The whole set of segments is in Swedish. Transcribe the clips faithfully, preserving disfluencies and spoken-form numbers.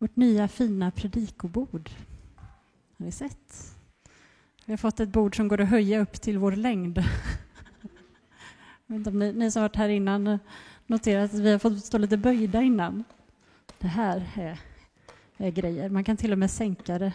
Vårt nya fina predikobord. Har ni sett? Vi har fått ett bord som går att höja upp till vår längd. Jag vet inte om ni, ni som har varit här innan noterat att vi har fått stå lite böjda innan. Det här är, är grejer. Man kan till och med sänka det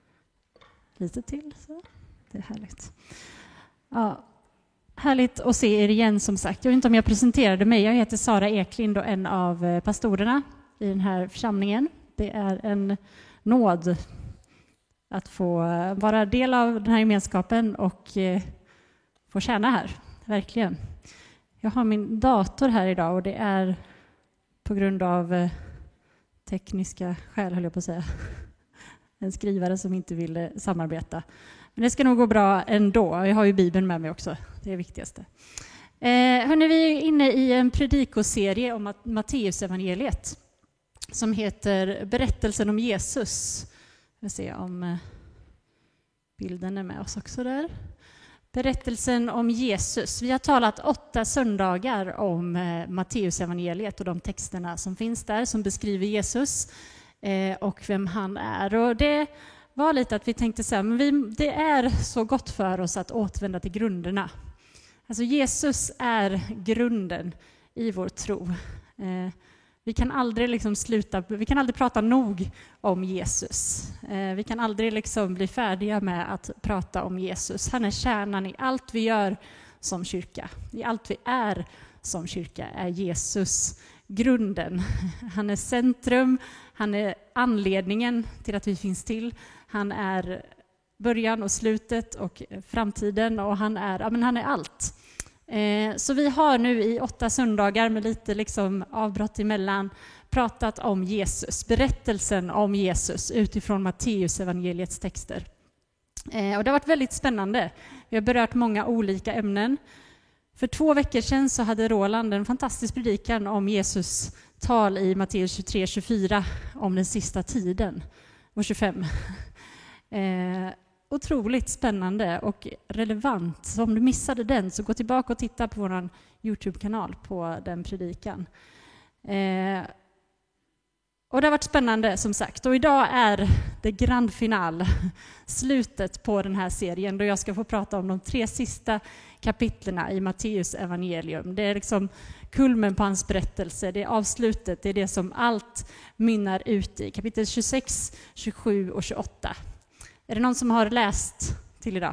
lite till. Så. Det är härligt. Ja, härligt att se er igen som sagt. Jag vet inte om jag presenterade mig. Jag heter Sara Eklind och en av pastorerna i den här församlingen. Det är en nåd att få vara del av den här gemenskapen och eh, få tjäna här, verkligen. Jag har min dator här idag och det är på grund av eh, tekniska skäl, höll jag på att säga. En skrivare som inte ville samarbeta. Men det ska nog gå bra ändå. Jag har ju Bibeln med mig också, det är det viktigaste. Eh, hörni, vi är inne i en predikoserie om Matteusevangeliet som heter Berättelsen om Jesus. Vi får se om bilden är med oss också där. Berättelsen om Jesus. Vi har talat åtta söndagar om Matteusevangeliet och de texterna som finns där som beskriver Jesus och vem han är. Och det var lite att vi tänkte så här, men vi, det är så gott för oss att återvända till grunderna. Alltså Jesus är grunden i vår tro. Vi kan aldrig liksom sluta, vi kan aldrig prata nog om Jesus. Eh, vi kan aldrig liksom bli färdiga med att prata om Jesus. Han är kärnan i allt vi gör som kyrka. I allt vi är som kyrka är Jesus grunden. Han är centrum, han är anledningen till att vi finns till. Han är början och slutet och framtiden och han är, ja, men han är allt. Så vi har nu i åtta söndagar med lite liksom avbrott emellan pratat om Jesus, berättelsen om Jesus utifrån Matteusevangeliets texter. Och det har varit väldigt spännande. Vi har berört många olika ämnen. För två veckor sedan så hade Roland en fantastisk predikan om Jesus tal i Matteus tjugotre tjugofyra om den sista tiden och tjugofem. Otroligt spännande och relevant. Så om du missade den så gå tillbaka och titta på vår YouTube-kanal på den predikan. Eh, och det har varit spännande som sagt. Och idag är det grand final, slutet på den här serien då jag ska få prata om de tre sista kapitlerna i Matteus evangelium. Det är liksom kulmen på hans berättelse, det är avslutet, det är det som allt mynnar ut i. Kapitel tjugosex, tjugosju och tjugoåtta. Är det någon som har läst till idag?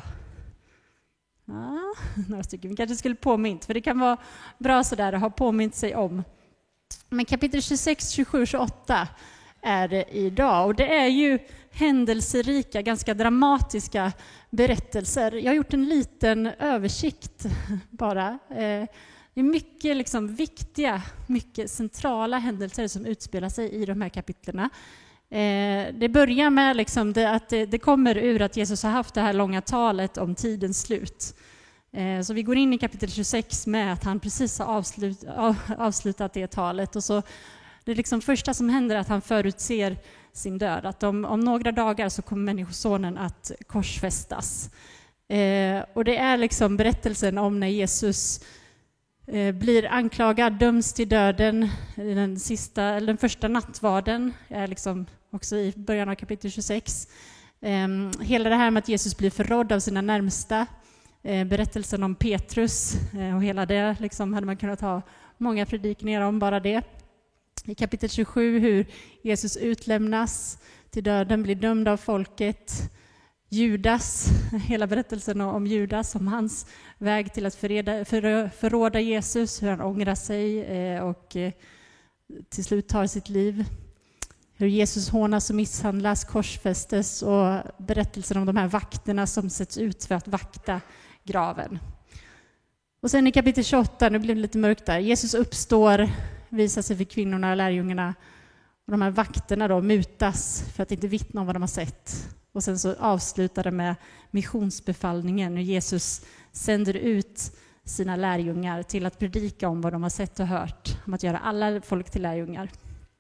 Ja, några stycken. Vi kanske skulle påminna, för det kan vara bra sådär att ha påmint sig om. Men kapitel tjugosex, tjugosju och tjugoåtta är det idag. Och det är ju händelserika, ganska dramatiska berättelser. Jag har gjort en liten översikt bara. Det är mycket liksom viktiga, mycket centrala händelser som utspelar sig i de här kapitlerna. Eh, det börjar med liksom det, att det, det kommer ur att Jesus har haft det här långa talet om tidens slut. Eh, så vi går in i kapitel tjugosex med att han precis har avslut, av, avslutat det talet. Och så det är liksom första som händer att han förutser sin död. Att om, om några dagar så kommer människosonen att korsfästas. Eh, och det är liksom berättelsen om när Jesus blir anklagad, döms till döden. Den, sista, eller den första nattvarden är liksom också i början av kapitel tjugosex. Hela det här med att Jesus blir förrådd av sina närmsta. Berättelsen om Petrus och hela det liksom hade man kunnat ha många predikningar om bara det. I kapitel tjugosju hur Jesus utlämnas till döden, blir dömd av folket. Judas, hela berättelsen om Judas, om hans väg till att förreda, för, förråda Jesus, hur han ångrar sig och till slut tar sitt liv. Hur Jesus hånas och misshandlas, korsfästes och berättelsen om de här vakterna som sätts ut för att vakta graven. Och sen i kapitel tjugoåtta, nu blir det lite mörkt där, Jesus uppstår, visar sig för kvinnorna och lärjungarna och de här vakterna då mutas för att inte vittna om vad de har sett. Och sen så avslutar det med missionsbefallningen när Jesus sänder ut sina lärjungar till att predika om vad de har sett och hört. Om att göra alla folk till lärjungar.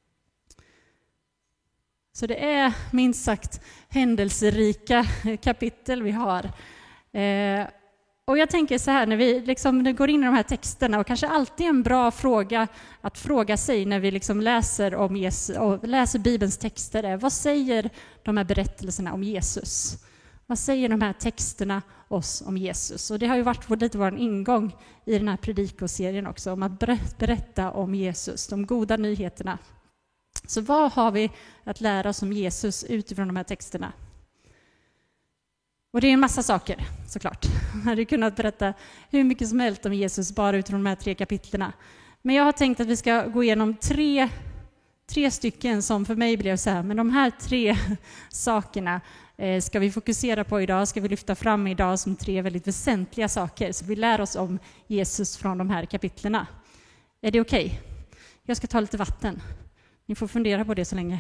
Så det är minst sagt händelserika kapitel vi har. Eh, Och jag tänker så här, när vi liksom går in i de här texterna, och kanske alltid en bra fråga att fråga sig när vi liksom läser, om Jesus, och läser Bibelns texter är, vad säger de här berättelserna om Jesus? Vad säger de här texterna oss om Jesus? Och det har ju varit lite vår ingång i den här predikoserien också, om att berätta om Jesus, de goda nyheterna. Så vad har vi att lära oss om Jesus utifrån de här texterna? Och det är en massa saker, såklart. Jag hade kunnat berätta hur mycket som helst om Jesus bara utifrån de här tre kapitlerna. Men jag har tänkt att vi ska gå igenom tre, tre stycken som för mig blev så här. Men de här tre sakerna eh, ska vi fokusera på idag, ska vi lyfta fram idag som tre väldigt väsentliga saker. Så vi lär oss om Jesus från de här kapitlerna. Är det okej? Okay? Jag ska ta lite vatten. Ni får fundera på det så länge.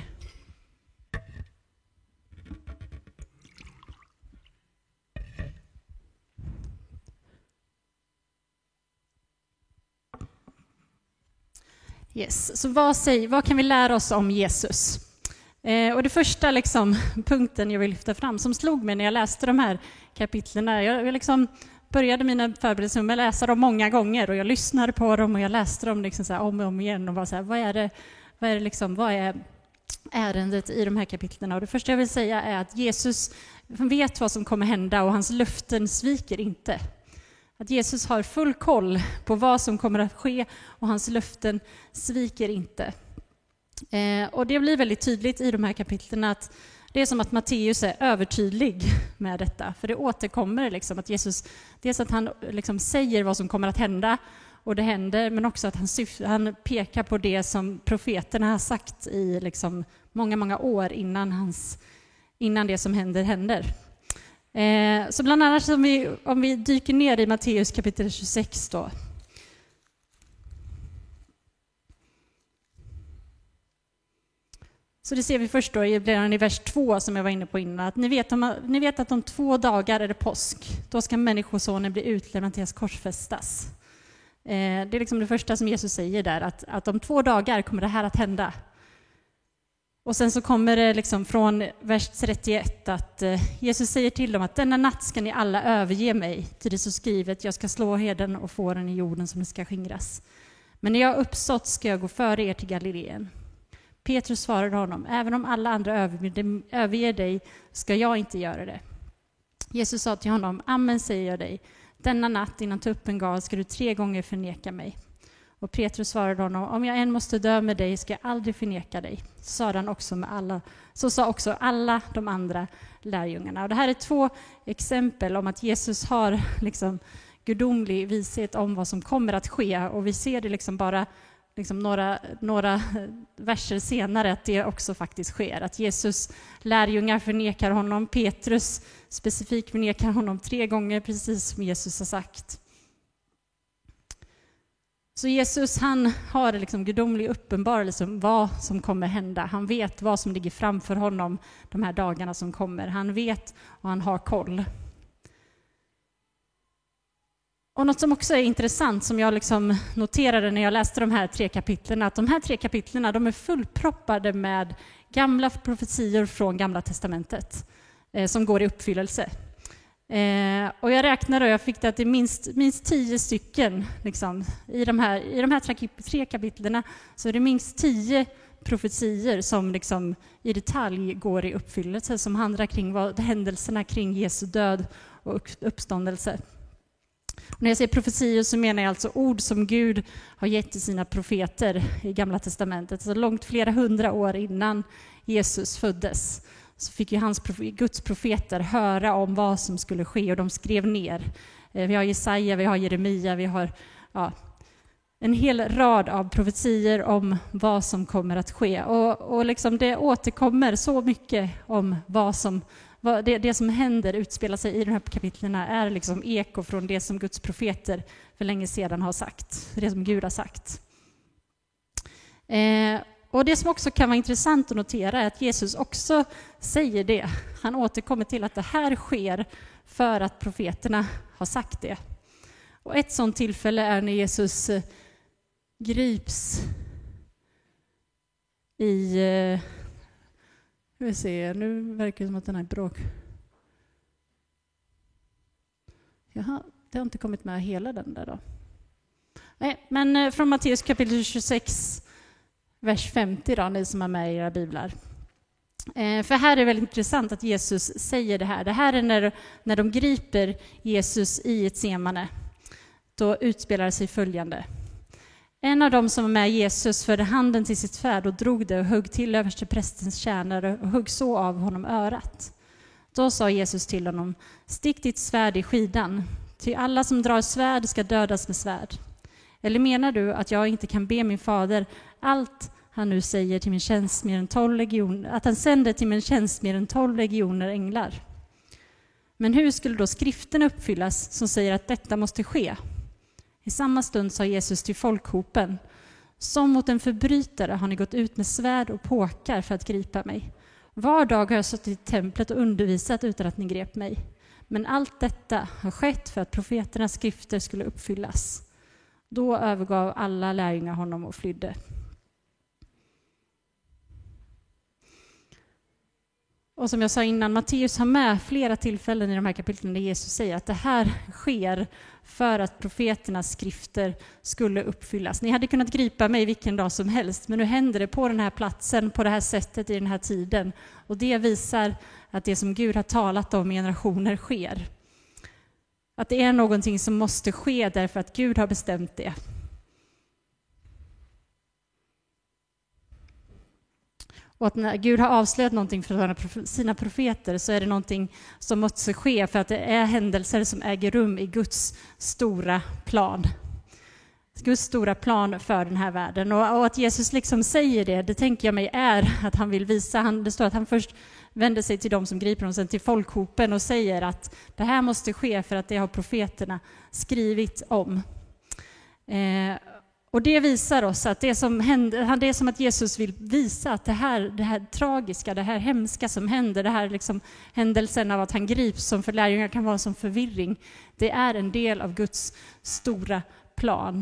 Yes. Så vad, säger, vad kan vi lära oss om Jesus? Eh, och det första liksom, punkten jag vill lyfta fram som slog mig när jag läste de här kapitlerna. Jag, jag liksom började mina förberedelser med att läsa dem många gånger, och jag lyssnade på dem och jag läste dem liksom så här om och om igen och var så här, vad är det, vad är det liksom, vad är ärendet i de här kapitlerna? Och det första jag vill säga är att Jesus vet vad som kommer hända, och hans löften sviker inte. Att Jesus har full koll på vad som kommer att ske, och hans löften sviker inte. Eh, och det blir väldigt tydligt i de här kapitlerna att det är som att Matteus är övertydlig med detta. För det återkommer liksom att Jesus, dels att han liksom säger vad som kommer att hända, och det händer, men också att han, syf- han pekar på det som profeterna har sagt i liksom många, många år innan, hans, innan det som händer händer. Eh, så bland annat om vi, om vi dyker ner i Matteus kapitel tjugosex då. Så det ser vi först då i, i vers två som jag var inne på innan. Att ni, vet om, ni vet att om två dagar är det påsk. Då ska människosonen bli utlämnad till att korsfästas. Eh, det är liksom det första som Jesus säger där. Att, att om två dagar kommer det här att hända. Och sen så kommer det liksom från vers trettioett att eh, Jesus säger till dem att denna natt ska ni alla överge mig. Till det så skrivet, jag ska slå herden och fåren i jorden som det ska skingras. Men när jag har uppstått ska jag gå före er till Galileen. Petrus svarade honom, även om alla andra överger dig ska jag inte göra det. Jesus sa till honom, amen säger jag dig, denna natt innan tuppen gal ska du tre gånger förneka mig. Och Petrus svarade honom, om jag än måste dö med dig ska jag aldrig förneka dig. Så sa han också med alla, så sa också alla de andra lärjungarna. Och det här är två exempel om att Jesus har liksom gudomlig vishet om vad som kommer att ske. Och vi ser det liksom bara liksom några, några verser senare att det också faktiskt sker. Att Jesus lärjungar förnekar honom, Petrus specifikt förnekar honom tre gånger, precis som Jesus har sagt. Så Jesus han har liksom gudomlig uppenbarelse om vad som kommer hända. Han vet vad som ligger framför honom de här dagarna som kommer. Han vet och han har koll. Och något som också är intressant som jag liksom noterade när jag läste de här tre kapitlerna, att de här tre kapitlerna de är fullproppade med gamla profetior från Gamla testamentet eh, som går i uppfyllelse. Eh, och jag räknade och jag fick det att det är minst, minst tio stycken liksom, i de här, i de här tre, tre kapitlerna så är det minst tio profetior som liksom, i detalj går i uppfyllelse som handlar kring vad, händelserna kring Jesu död och uppståndelse. När jag säger profetior så menar jag alltså ord som Gud har gett till sina profeter i Gamla testamentet. Så långt flera hundra år innan Jesus föddes så fick ju hans Guds profeter höra om vad som skulle ske och de skrev ner. Vi har Jesaja, vi har Jeremia, vi har ja, en hel rad av profetior om vad som kommer att ske. Och, och liksom det återkommer så mycket om vad som Det, det som händer, utspelar sig i de här kapitlerna är liksom eko från det som Guds profeter för länge sedan har sagt. Det som Gud har sagt. Eh, och det som också kan vara intressant att notera är att Jesus också säger det. Han återkommer till att det här sker för att profeterna har sagt det. Och ett sådant tillfälle är när Jesus eh, grips i... Eh, Vi ser, nu verkar det som att den här bråk. Jaha, det har inte kommit med hela den där då. Nej, men från Matteus kapitel tjugosex, vers femtio då, ni som har med era biblar. För här är det väldigt intressant att Jesus säger det här. Det här är när, när de griper Jesus i ett semane. Då utspelar sig följande. En av dem som var med Jesus förde handen till sitt svärd och drog det och högg till översteprästens tjänare och högg så av honom örat. Då sa Jesus till honom, stick ditt svärd i skidan, ty alla som drar svärd ska dödas med svärd. Eller menar du att jag inte kan be min fader allt han nu säger till min tjänst mer än tolv legioner, att han sänder till min tjänst mer än tolv legioner änglar? Men hur skulle då skriften uppfyllas som säger att detta måste ske? I samma stund sa Jesus till folkhopen, som mot en förbrytare har ni gått ut med svärd och påkar för att gripa mig. Var dag har jag suttit i templet och undervisat utan att ni grep mig. Men allt detta har skett för att profeternas skrifter skulle uppfyllas. Då övergav alla lärjungar honom och flydde. Och som jag sa innan, Matteus har med flera tillfällen i de här kapitlen där Jesus säger att det här sker för att profeternas skrifter skulle uppfyllas. Ni hade kunnat gripa mig vilken dag som helst, men nu händer det på den här platsen, på det här sättet, i den här tiden. Och det visar att det som Gud har talat om i generationer sker. Att det är någonting som måste ske därför att Gud har bestämt det. Och att när Gud har avslöjat någonting för sina profeter så är det någonting som måste ske för att det är händelser som äger rum i Guds stora plan. Guds stora plan för den här världen. Och, och att Jesus liksom säger det, det tänker jag mig är att han vill visa. Han, det står att han först vänder sig till dem som griper dem, sen till folkhopen och säger att det här måste ske för att det har profeterna skrivit om. Eh, Och det visar oss att det som händer, det är som att Jesus vill visa att det här, det här tragiska, det här hemska som händer, det här liksom händelsen av att han grips som för lärjungar kan vara som förvirring, det är en del av Guds stora plan.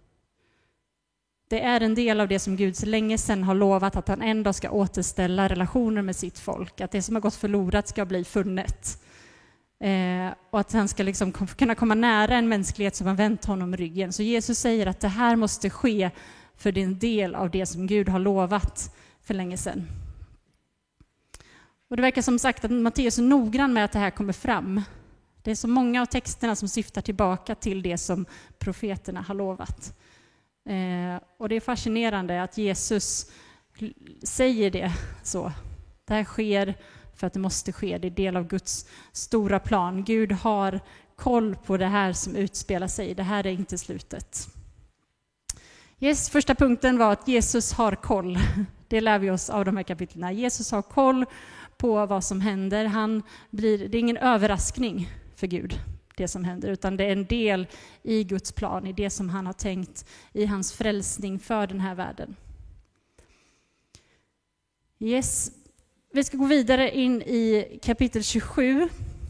Det är en del av det som Gud så länge sedan har lovat att han ändå ska återställa relationer med sitt folk, att det som har gått förlorat ska bli funnet. Eh, och att han ska liksom kom, kunna komma nära en mänsklighet som har vänt honom ryggen. Så Jesus säger att det här måste ske för det är en del av det som Gud har lovat för länge sedan. Och det verkar som sagt att Matteus är noggrann med att det här kommer fram. Det är så många av texterna som syftar tillbaka till det som profeterna har lovat. Eh, och det är fascinerande att Jesus säger det så. Det här sker för att det måste ske. Det är del av Guds stora plan. Gud har koll på det här som utspelar sig. Det här är inte slutet. Yes, första punkten var att Jesus har koll. Det lär vi oss av de här kapitlerna. Jesus har koll på vad som händer. Han blir, det är ingen överraskning för Gud, det som händer, utan det är en del i Guds plan, i det som han har tänkt i hans frälsning för den här världen. Yes. Vi ska gå vidare in i kapitel tjugosju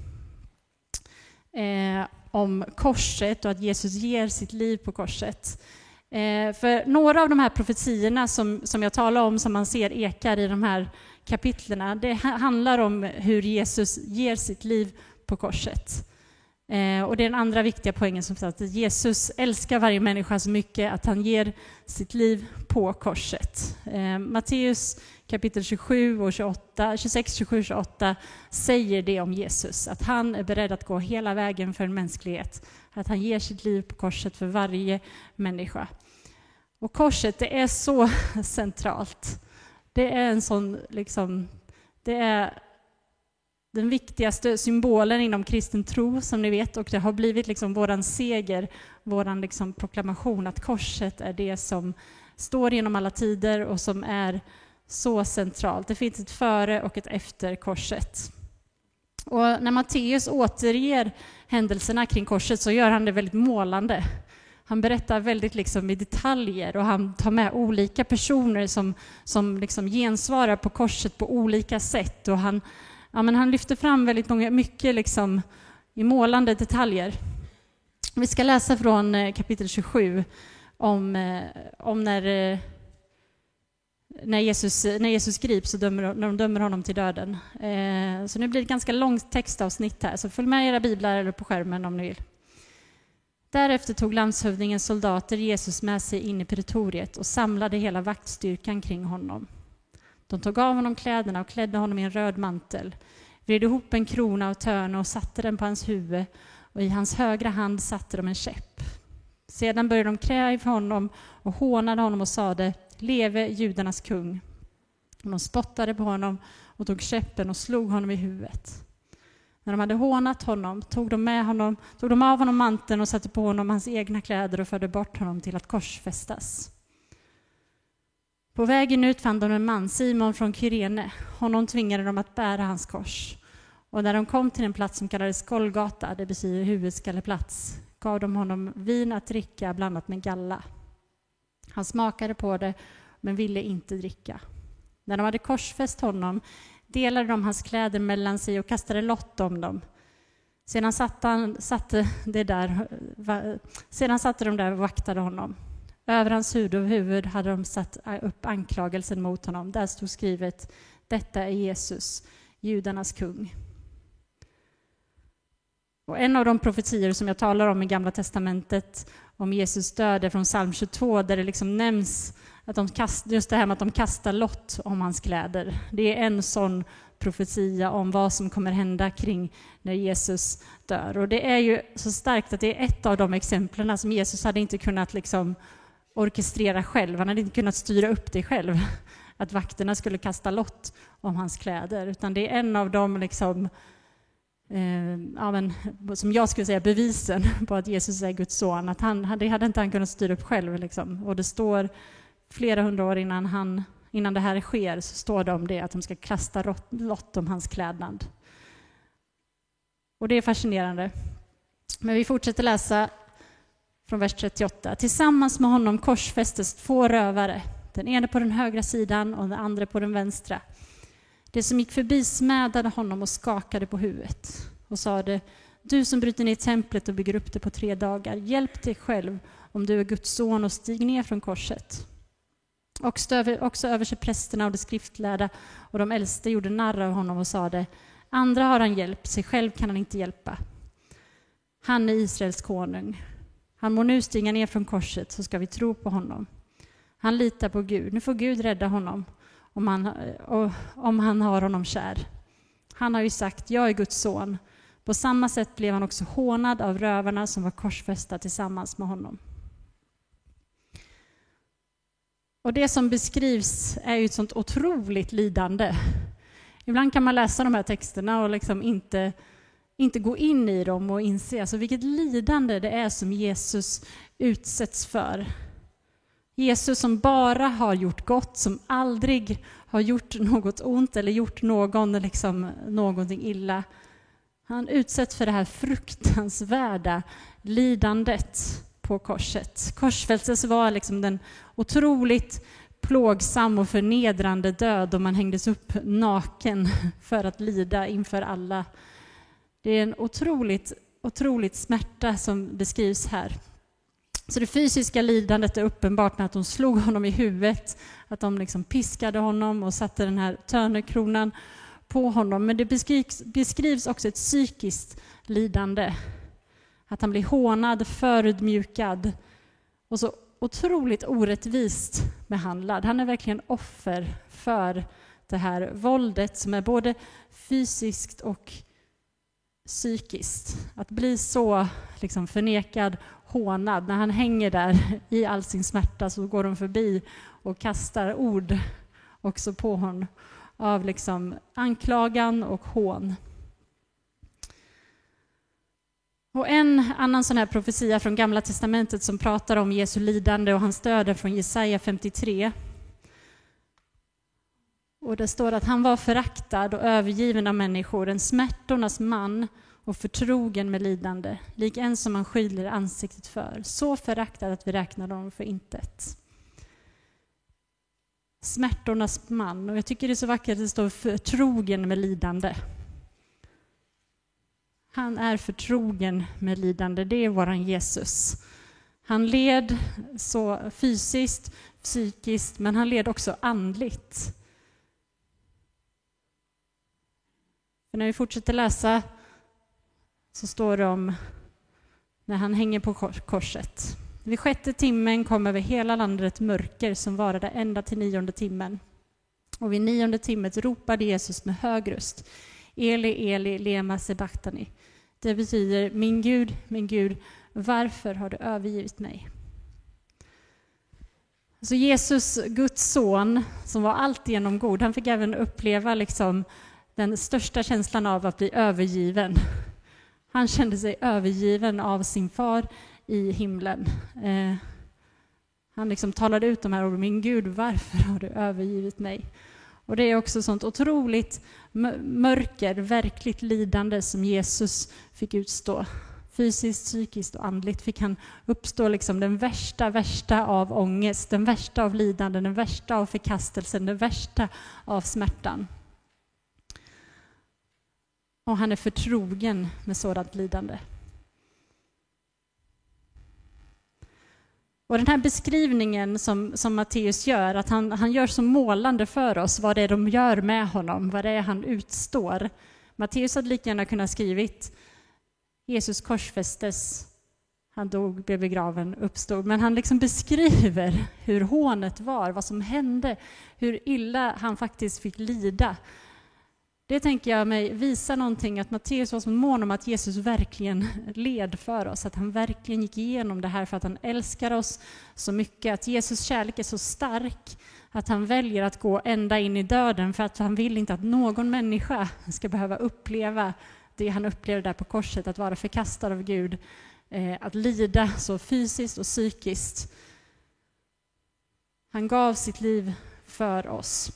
eh, om korset och att Jesus ger sitt liv på korset. Eh, för några av de här profetierna som, som jag talar om, som man ser ekar i de här kapitlerna, det handlar om hur Jesus ger sitt liv på korset. Eh, och det är den andra viktiga poängen, som sagt, att Jesus älskar varje människa så mycket att han ger sitt liv på korset. Eh, Matteus kapitel tjugosju och tjugoåtta, tjugosex, tjugosju, tjugoåtta säger det om Jesus, att han är beredd att gå hela vägen för en mänsklighet, att han ger sitt liv på korset för varje människa. Och korset, det är så centralt. Det är en sån, liksom, det är den viktigaste symbolen inom kristen tro, som ni vet, och det har blivit liksom våran seger, våran liksom proklamation att korset är det som står genom alla tider och som är så centralt. Det finns ett före och ett efter korset. Och när Matteus återger händelserna kring korset så gör han det väldigt målande. Han berättar väldigt liksom i detaljer och han tar med olika personer som, som liksom gensvarar på korset på olika sätt. Och han, ja, men han lyfter fram väldigt många, mycket liksom i målande detaljer. Vi ska läsa från kapitel tjugosju om, om när... När Jesus, när Jesus grips och dömer, när de dömer honom till döden. Eh, så nu blir det ett ganska långt textavsnitt här. Så följ med era biblar eller på skärmen om ni vill. Därefter tog landshövdingens soldater Jesus med sig in i pretoriet och samlade hela vaktstyrkan kring honom. De tog av honom kläderna och klädde honom i en röd mantel, vred ihop en krona av törne och satte den på hans huvud, och i hans högra hand satte de en käpp. Sedan började de kräva för honom och hånade honom och sade: leve judarnas kung. Och de spottade på honom och tog käppen och slog honom i huvudet. När de hade hånat honom tog de, med honom, tog de av honom manteln och satte på honom hans egna kläder och förde bort honom till att korsfästas. På vägen ut fann de en man, Simon från Kyrene. Honom tvingade de att bära hans kors. Och när de kom till en plats som kallades Golgata, det betyder huvudskalleplats, gav de honom vin att dricka blandat med galla. Han smakade på det men ville inte dricka. När de hade korsfäst honom delade de hans kläder mellan sig och kastade lott om dem. Sedan satte, han, satte, det där, va, sedan satte de där och vaktade honom. Över hans huvud, huvud hade de satt upp anklagelsen mot honom. Där stod skrivet: detta är Jesus, judarnas kung. Och en av de profetier som jag talar om i Gamla testamentet om Jesus död är från psalm tjugotvå, där det liksom nämns att de kast, just det här med att de kastar lott om hans kläder. Det är en sån profetia om vad som kommer hända kring när Jesus dör. Och det är ju så starkt att det är ett av de exemplen som Jesus hade inte kunnat liksom orkestrera själv. Han hade inte kunnat styra upp det själv, att vakterna skulle kasta lott om hans kläder. Utan det är en av de liksom, eh, ja, men, som jag skulle säga bevisen på att Jesus är Guds son. Att han, det hade inte han kunnat styra upp själv. Liksom. Och det står flera hundra år innan, han, innan det här sker, så står det om det, att de ska kasta lott om hans klädnad. Och det är fascinerande. Men vi fortsätter läsa från vers trettioåtta. Tillsammans med honom korsfästes två rövare, den ena på den högra sidan och den andra på den vänstra. Det som gick förbi smädade honom och skakade på huvudet och sade: du som bryter ner templet och bygger upp det på tre dagar, hjälp dig själv om du är Guds son och stig ner från korset. Också över sig prästerna och de skriftlärda och de äldste gjorde narr av honom och sade: andra har han hjälpt, sig själv kan han inte hjälpa. Han är Israels konung. Han må nu stiga ner från korset, så ska vi tro på honom. Han litar på Gud. Nu får Gud rädda honom om han, om han har honom kär. Han har ju sagt: jag är Guds son. På samma sätt blev han också hånad av rövarna som var korsfästa tillsammans med honom. Och det som beskrivs är ju ett sånt otroligt lidande. Ibland kan man läsa de här texterna och liksom inte, inte gå in i dem och inse alltså vilket lidande det är som Jesus utsätts för. Jesus som bara har gjort gott, som aldrig har gjort något ont eller gjort någon liksom, någonting illa. Han utsätts för det här fruktansvärda lidandet på korset. Korsfästelsen var liksom den otroligt plågsam och förnedrande död då man hängdes upp naken för att lida inför alla. Det är en otroligt, otroligt smärta som beskrivs här. Så det fysiska lidandet är uppenbart med att de slog honom i huvudet, att de liksom piskade honom och satte den här törnekronan på honom. Men det beskrivs, beskrivs också ett psykiskt lidande. Att han blir hånad, förödmjukad och så otroligt orättvist behandlad. Han är verkligen offer för det här våldet som är både fysiskt och psykiskt. Att bli så liksom förnekad, hånad. När han hänger där i all sin smärta så går de förbi och kastar ord också på honom av liksom anklagan och hån. Och en annan sån här profetia från Gamla testamentet som pratar om Jesu lidande och hans död är från Jesaja femtiotre. Och det står att han var föraktad och övergiven av människor, en smärtornas man och förtrogen med lidande, lik en som man skyller ansiktet för, så föraktad att vi räknar honom för intet. Smärtornas man, och jag tycker det är så vackert att det står förtrogen med lidande. Han är förtrogen med lidande, det är våran Jesus. Han led så fysiskt, psykiskt, men han led också andligt. För när vi fortsätter läsa så står det om när han hänger på korset. Vid sjätte timmen kom över hela landet mörker som varade ända till nionde timmen. Och vid nionde timmet ropade Jesus med hög röst: Eli, Eli, lema sabachthani. Det betyder: min Gud, min Gud, varför har du övergivit mig? Så Jesus, Guds son, som var alltigenom god, han fick även uppleva liksom den största känslan av att bli övergiven. Han kände sig övergiven av sin far i himlen. Eh, han liksom talade ut de här orden: min Gud, varför har du övergivit mig? Och det är också sånt otroligt mörker, verkligt lidande som Jesus fick utstå. Fysiskt, psykiskt och andligt fick han uppstå liksom den värsta, värsta av ångest, den värsta av lidande, den värsta av förkastelsen, den värsta av smärtan. Och han är förtrogen med sådant lidande. Och den här beskrivningen som, som Matteus gör, att han, han gör så målande för oss vad det är de gör med honom, vad det är han utstår. Matteus hade lika gärna kunnat skrivit: Jesus korsfästes, han dog, blev begraven, uppstod. Men han liksom beskriver hur hånet var, vad som hände, hur illa han faktiskt fick lida. Det tänker jag mig visar någonting, att Matteus var så mån om att Jesus verkligen led för oss, att han verkligen gick igenom det här för att han älskar oss så mycket, att Jesus kärlek är så stark att han väljer att gå ända in i döden, för att han vill inte att någon människa ska behöva uppleva det han upplevde där på korset, att vara förkastad av Gud, eh, att lida så fysiskt och psykiskt. Han gav sitt liv för oss.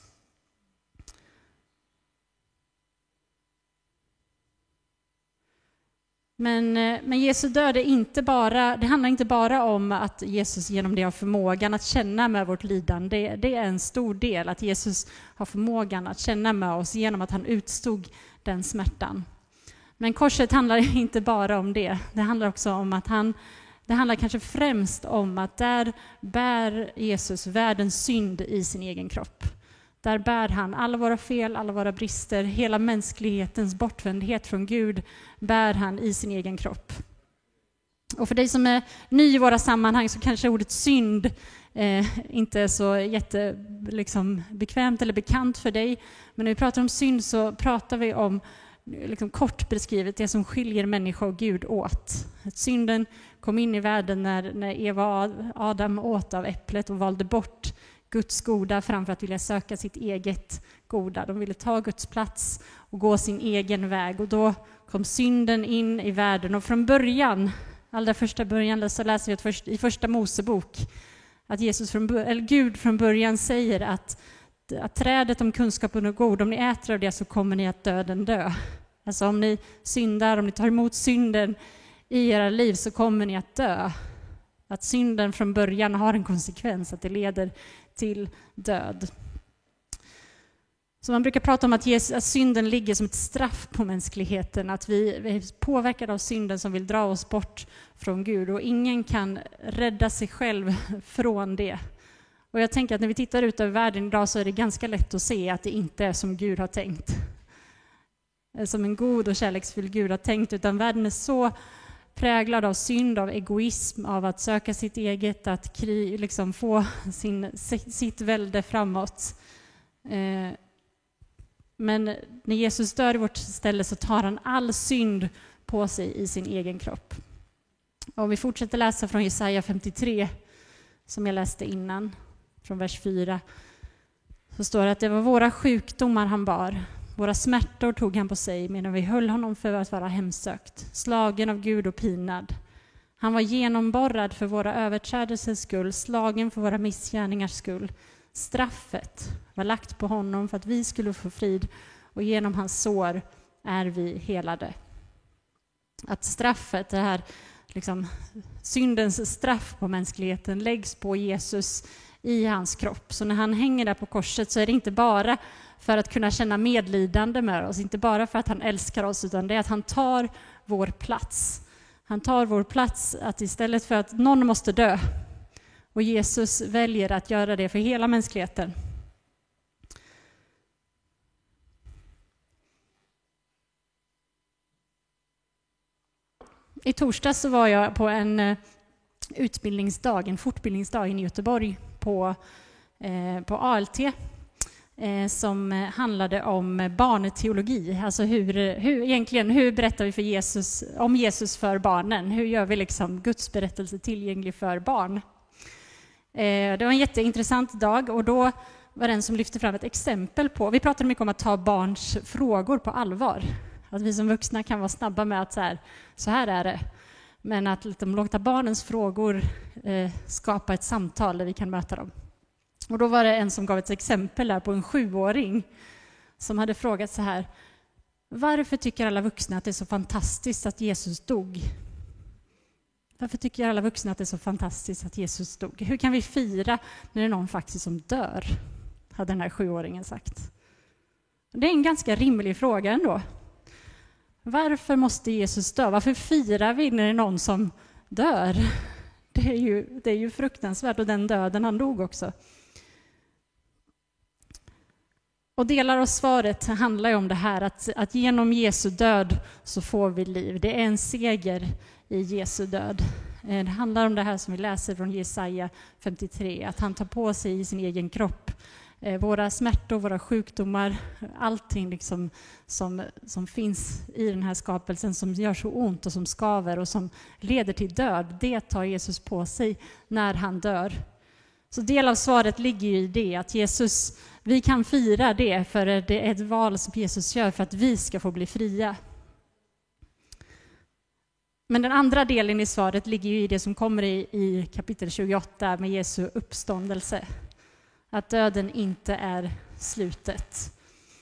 Men, men Jesu död är inte bara, det handlar inte bara om att Jesus genom det har förmågan att känna med vårt lidande. Det, det är en stor del, att Jesus har förmågan att känna med oss genom att han utstod den smärtan. Men korset handlar inte bara om det. Det handlar också om att han, det handlar kanske främst om att där bär Jesus världens synd i sin egen kropp. Där bär han alla våra fel, alla våra brister, hela mänsklighetens bortvändhet från Gud bär han i sin egen kropp. Och för dig som är ny i våra sammanhang så kanske ordet synd eh, inte är så jätte, liksom, bekvämt eller bekant för dig. Men när vi pratar om synd så pratar vi om, liksom, kort beskrivet, det som skiljer människa och Gud åt. Att synden kom in i världen när, när Eva och Adam åt av äpplet och valde bort Guds goda framför att vilja söka sitt eget goda. De ville ta Guds plats och gå sin egen väg. Och då kom synden in i världen. Och från början, allra första början, så läser vi att först, i första Mosebok att Jesus från, eller Gud från början säger att, att trädet om kunskapen och god, om ni äter av det så kommer ni att döden dö. Alltså om ni syndar, om ni tar emot synden i era liv så kommer ni att dö. Att synden från början har en konsekvens, att det leder till död. Så man brukar prata om att, Jesus, att synden ligger som ett straff på mänskligheten, att vi, vi är påverkade av synden som vill dra oss bort från Gud, och ingen kan rädda sig själv från det. Och jag tänker att när vi tittar ut över världen idag så är det ganska lätt att se att det inte är som Gud har tänkt. Som en god och kärleksfull Gud har tänkt, utan världen är så präglad av synd, av egoism, av att söka sitt eget, att krig, liksom få sin, sitt välde framåt. Eh, men när Jesus dör i vårt ställe så tar han all synd på sig i sin egen kropp. Och om vi fortsätter läsa från Jesaja femtiotre, som jag läste innan, från vers fyra, så står det att det var våra sjukdomar han bar. Våra smärtor tog han på sig medan vi höll honom för att vara hemsökt, slagen av Gud och pinad. Han var genomborrad för våra överträdelsers skull, slagen för våra missgärningars skull. Straffet var lagt på honom för att vi skulle få frid, och genom hans sår är vi helade. Att straffet, det här liksom, syndens straff på mänskligheten, läggs på Jesus i hans kropp. Så när han hänger där på korset så är det inte bara för att kunna känna medlidande med oss, inte bara för att han älskar oss, utan det är att han tar vår plats. Han tar vår plats, att istället för att någon måste dö, och Jesus väljer att göra det för hela mänskligheten. I torsdags så var jag på en eh, utbildningsdag, en fortbildningsdag i Göteborg på, eh, på A L T eh, som handlade om barnteologi. Alltså hur, hur, egentligen, hur berättar vi för Jesus, om Jesus för barnen? Hur gör vi liksom Guds berättelse tillgänglig för barn? Eh, det var en jätteintressant dag och då var den som lyfte fram ett exempel på, vi pratade mycket om att ta barns frågor på allvar. Att vi som vuxna kan vara snabba med att så här, så här är det. Men att liksom låta barnens frågor eh, skapa ett samtal där vi kan möta dem. Och då var det en som gav ett exempel där på en sjuåring som hade frågat så här: varför tycker alla vuxna att det är så fantastiskt att Jesus dog? Varför tycker alla vuxna att det är så fantastiskt att Jesus dog? Hur kan vi fira när det är någon faktiskt som dör? Hade den här sjuåringen sagt. Det är en ganska rimlig fråga ändå. Varför måste Jesus dö? Varför firar vi när det är någon som dör? Det är ju, det är ju fruktansvärt, och den döden han dog också. Och delar av svaret handlar ju om det här att, att genom Jesu död så får vi liv. Det är en seger i Jesu död. Det handlar om det här som vi läser från Jesaja femtiotre, att han tar på sig i sin egen kropp våra smärtor, våra sjukdomar, allting liksom som, som finns i den här skapelsen som gör så ont och som skaver och som leder till död. Det tar Jesus på sig när han dör. Så del av svaret ligger ju i det att Jesus, vi kan fira det för det är ett val som Jesus gör för att vi ska få bli fria. Men den andra delen i svaret ligger ju i det som kommer i, i kapitel tjugoåtta med Jesu uppståndelse. Att döden inte är slutet.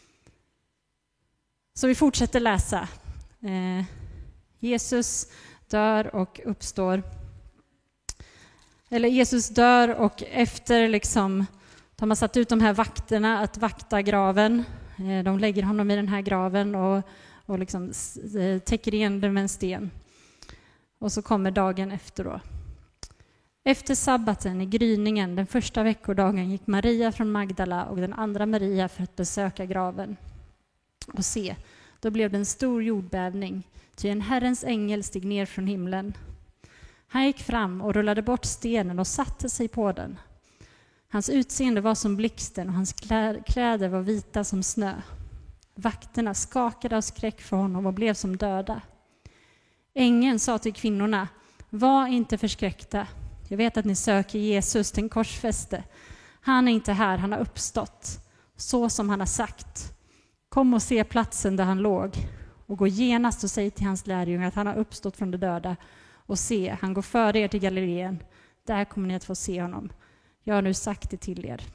Så vi fortsätter läsa. Eh, Jesus dör och uppstår. Eller Jesus dör och efter liksom, de har satt ut de här vakterna att vakta graven. Eh, de lägger honom i den här graven och, och liksom, eh, täcker igen den med en sten. Och så kommer dagen efter då. Efter sabbaten i gryningen, den första veckodagen, gick Maria från Magdala och den andra Maria för att besöka graven. Och se, då blev det en stor jordbävning, ty en Herrens ängel steg ner från himlen. Han gick fram och rullade bort stenen och satte sig på den. Hans utseende var som blixten och hans kläder var vita som snö. Vakterna skakade av skräck för honom och blev som döda. Ängeln sa till kvinnorna: var inte förskräckta. Jag vet att ni söker Jesus, den korsfäste. Han är inte här, han har uppstått. Så som han har sagt. Kom och se platsen där han låg. Och gå genast och säg till hans lärjungar att han har uppstått från de döda. Och se, han går före er till Galileen. Där kommer ni att få se honom. Jag har nu sagt det till er.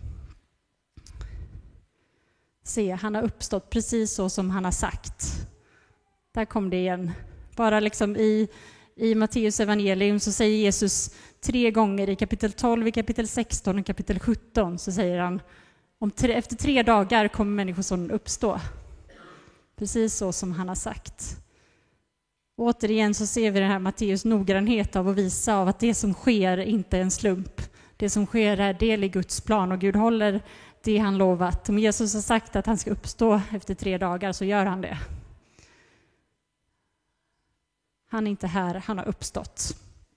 Se, han har uppstått precis så som han har sagt. Där kom det igen. Bara liksom i... I Matteus evangelium så säger Jesus tre gånger i kapitel tolv, i kapitel sexton och kapitel sjutton så säger han om tre, efter tre dagar kommer människosonen uppstå. Precis så som han har sagt. Och återigen så ser vi den här Matteus noggrannhet av att visa av att det som sker inte är en slump. Det som sker är del i Guds plan och Gud håller det han lovat. Om Jesus har sagt att han ska uppstå efter tre dagar så gör han det. Han är inte här, han har uppstått.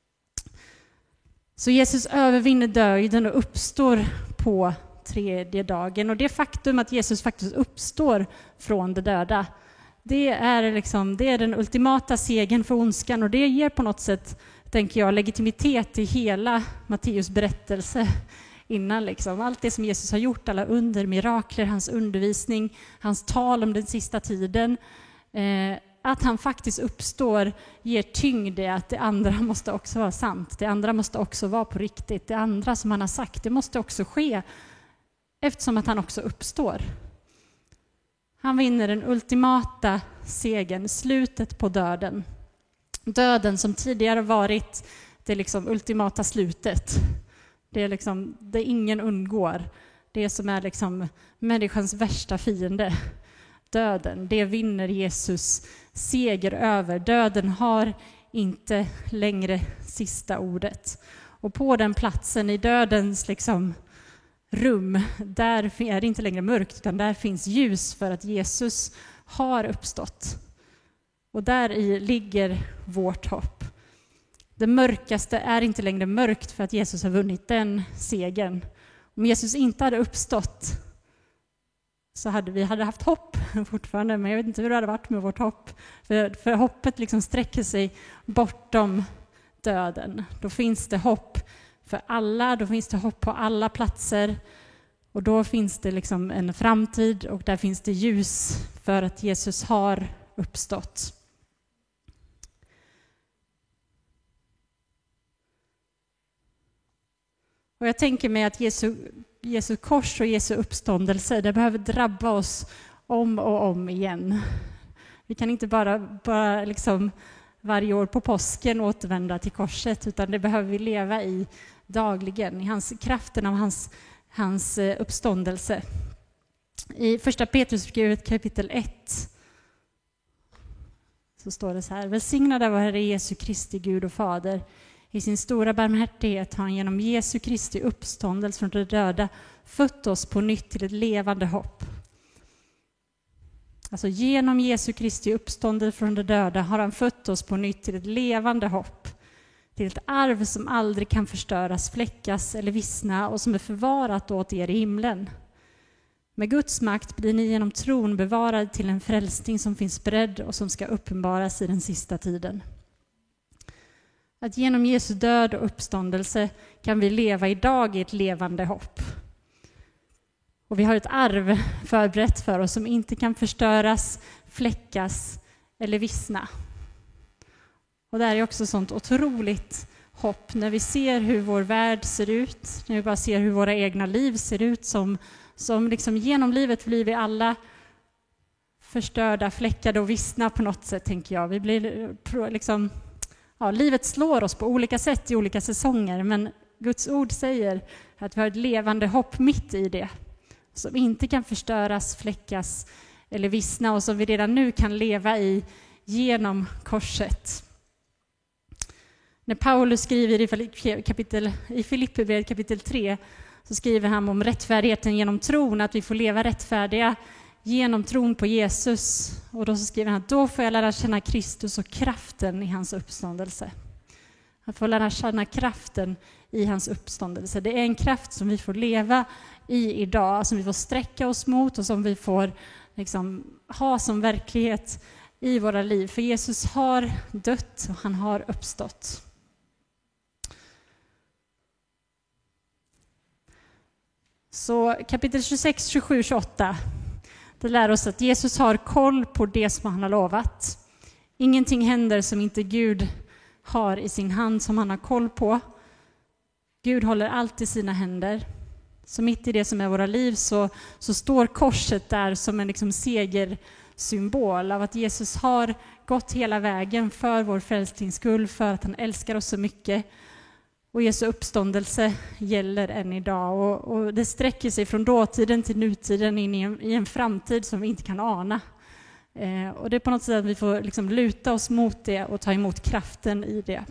Så Jesus övervinner döden och uppstår på tredje dagen. Och det faktum att Jesus faktiskt uppstår från de döda, det är, liksom, det är den ultimata segern för ondskan. Och det ger på något sätt, tänker jag, legitimitet i hela Matteus berättelse innan. Liksom. Allt det som Jesus har gjort, alla under, mirakler, hans undervisning, hans tal om den sista tiden. Eh, Att han faktiskt uppstår ger tyngd i att det andra måste också vara sant. Det andra måste också vara på riktigt. Det andra som han har sagt, det måste också ske eftersom att han också uppstår. Han vinner den ultimata segern, slutet på döden. Döden som tidigare varit det liksom ultimata slutet. Det är liksom det ingen undgår. Det som är liksom människans värsta fiende. Döden, det vinner Jesus seger över. Döden har inte längre sista ordet. Och på den platsen i dödens liksom rum, där är det inte längre mörkt utan där finns ljus för att Jesus har uppstått. Och där i ligger vårt hopp. Det mörkaste är inte längre mörkt för att Jesus har vunnit den segern. Om Jesus inte hade uppstått så hade vi hade haft hopp fortfarande, men jag vet inte hur det hade varit med vårt hopp. För, för hoppet liksom sträcker sig bortom döden. Då finns det hopp för alla, då finns det hopp på alla platser. Och då finns det liksom en framtid och där finns det ljus för att Jesus har uppstått. Och jag tänker mig att Jesu, Jesu kors och Jesu uppståndelse, det behöver drabba oss om och om igen. Vi kan inte bara, bara liksom varje år på påsken återvända till korset, utan det behöver vi leva i dagligen, i hans, kraften av hans, hans uppståndelse. I första Petrusbrevet kapitel ett så står det så här: välsignad av Herre Jesu Kristi Gud och Fader. I sin stora barmhärtighet har han genom Jesu Kristi uppståndelse från de döda fött oss på nytt till ett levande hopp. Alltså genom Jesu Kristi uppståndelse från de döda har han fött oss på nytt till ett levande hopp. Till ett arv som aldrig kan förstöras, fläckas eller vissna och som är förvarat åt er i himlen. Med Guds makt blir ni genom tron bevarad till en frälsning som finns beredd och som ska uppenbaras i den sista tiden. Att genom Jesu död och uppståndelse kan vi leva idag i ett levande hopp. Och vi har ett arv förberett för oss som inte kan förstöras, fläckas eller vissna. Och det här är också sånt otroligt hopp när vi ser hur vår värld ser ut, när vi bara ser hur våra egna liv ser ut, som, som liksom genom livet blir vi alla förstörda, fläckade och vissna på något sätt, tänker jag. Vi blir liksom, ja, livet slår oss på olika sätt i olika säsonger, men Guds ord säger att vi har ett levande hopp mitt i det, som inte kan förstöras, fläckas eller vissna och som vi redan nu kan leva i genom korset. När Paulus skriver i, kapitel, i Filipperbrevet kapitel tre så skriver han om rättfärdigheten genom tron, att vi får leva rättfärdiga genom tron på Jesus. Och då så skriver han att då får jag lära känna Kristus och kraften i hans uppståndelse. Att få lära känna kraften i hans uppståndelse. Det är en kraft som vi får leva i idag, som vi får sträcka oss mot och som vi får liksom ha som verklighet i våra liv. För Jesus har dött och han har uppstått. Så kapitel tjugosex, tjugosju, tjugoåtta, det lär oss att Jesus har koll på det som han har lovat. Ingenting händer som inte Gud har i sin hand, som han har koll på. Gud håller allt i sina händer. Så mitt i det som är våra liv så, så står korset där som en liksom segersymbol av att Jesus har gått hela vägen för vår frälsnings skull, för att han älskar oss så mycket. Och Jesu uppståndelse gäller än idag. Och, och det sträcker sig från dåtiden till nutiden in i en, i en framtid som vi inte kan ana. Eh, och det är på något sätt att vi får liksom luta oss mot det och ta emot kraften i det.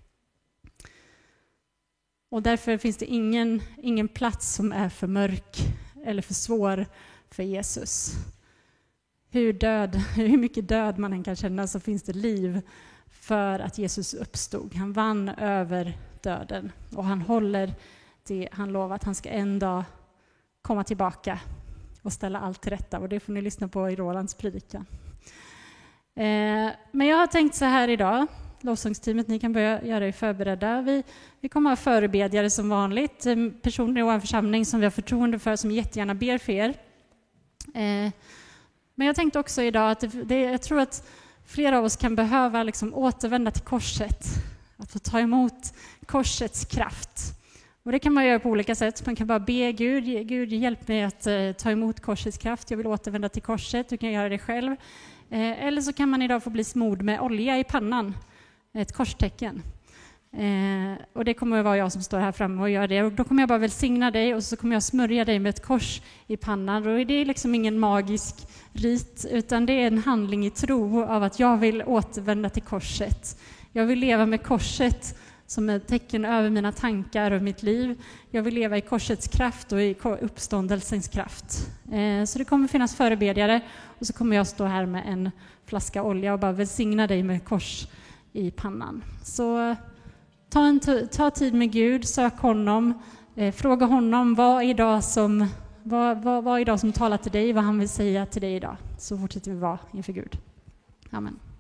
Och därför finns det ingen, ingen plats som är för mörk eller för svår för Jesus. Hur, död, hur mycket död man än kan känna så finns det liv för att Jesus uppstod. Han vann över döden och han håller det han lovar att han ska en dag komma tillbaka och ställa allt till rätta. Och det får ni lyssna på i Rolands predikan. Eh, men jag har tänkt så här idag. Lovsångsteamet, ni kan börja göra er förberedda. Vi, vi kommer ha förebedjare som vanligt. Personer i vår församling som vi har förtroende för, som jättegärna ber för er. Eh, men jag tänkte också idag att det, det, jag tror att flera av oss kan behöva liksom återvända till korset. Att få ta emot korsets kraft. Och det kan man göra på olika sätt. Man kan bara be Gud, Gud hjälp mig att uh, ta emot korsets kraft. Jag vill återvända till korset. Du kan göra det själv. Eh, eller så kan man idag få bli smord med olja i pannan. Ett korstecken. Eh, och det kommer att vara jag som står här framme och gör det. Och då kommer jag bara välsigna dig och så kommer jag smörja dig med ett kors i pannan. Och det är liksom ingen magisk rit, utan det är en handling i tro av att jag vill återvända till korset. Jag vill leva med korset som ett tecken över mina tankar och mitt liv. Jag vill leva i korsets kraft och i uppståndelsens kraft. Eh, så det kommer finnas förebedjare, och så kommer jag stå här med en flaska olja och bara välsigna dig med kors i pannan. Så ta, en t- ta tid med Gud, sök honom, eh, fråga honom vad är idag som vad, vad, vad är idag som talar till dig, vad han vill säga till dig idag. Så fortsätter vi vara inför Gud. Amen.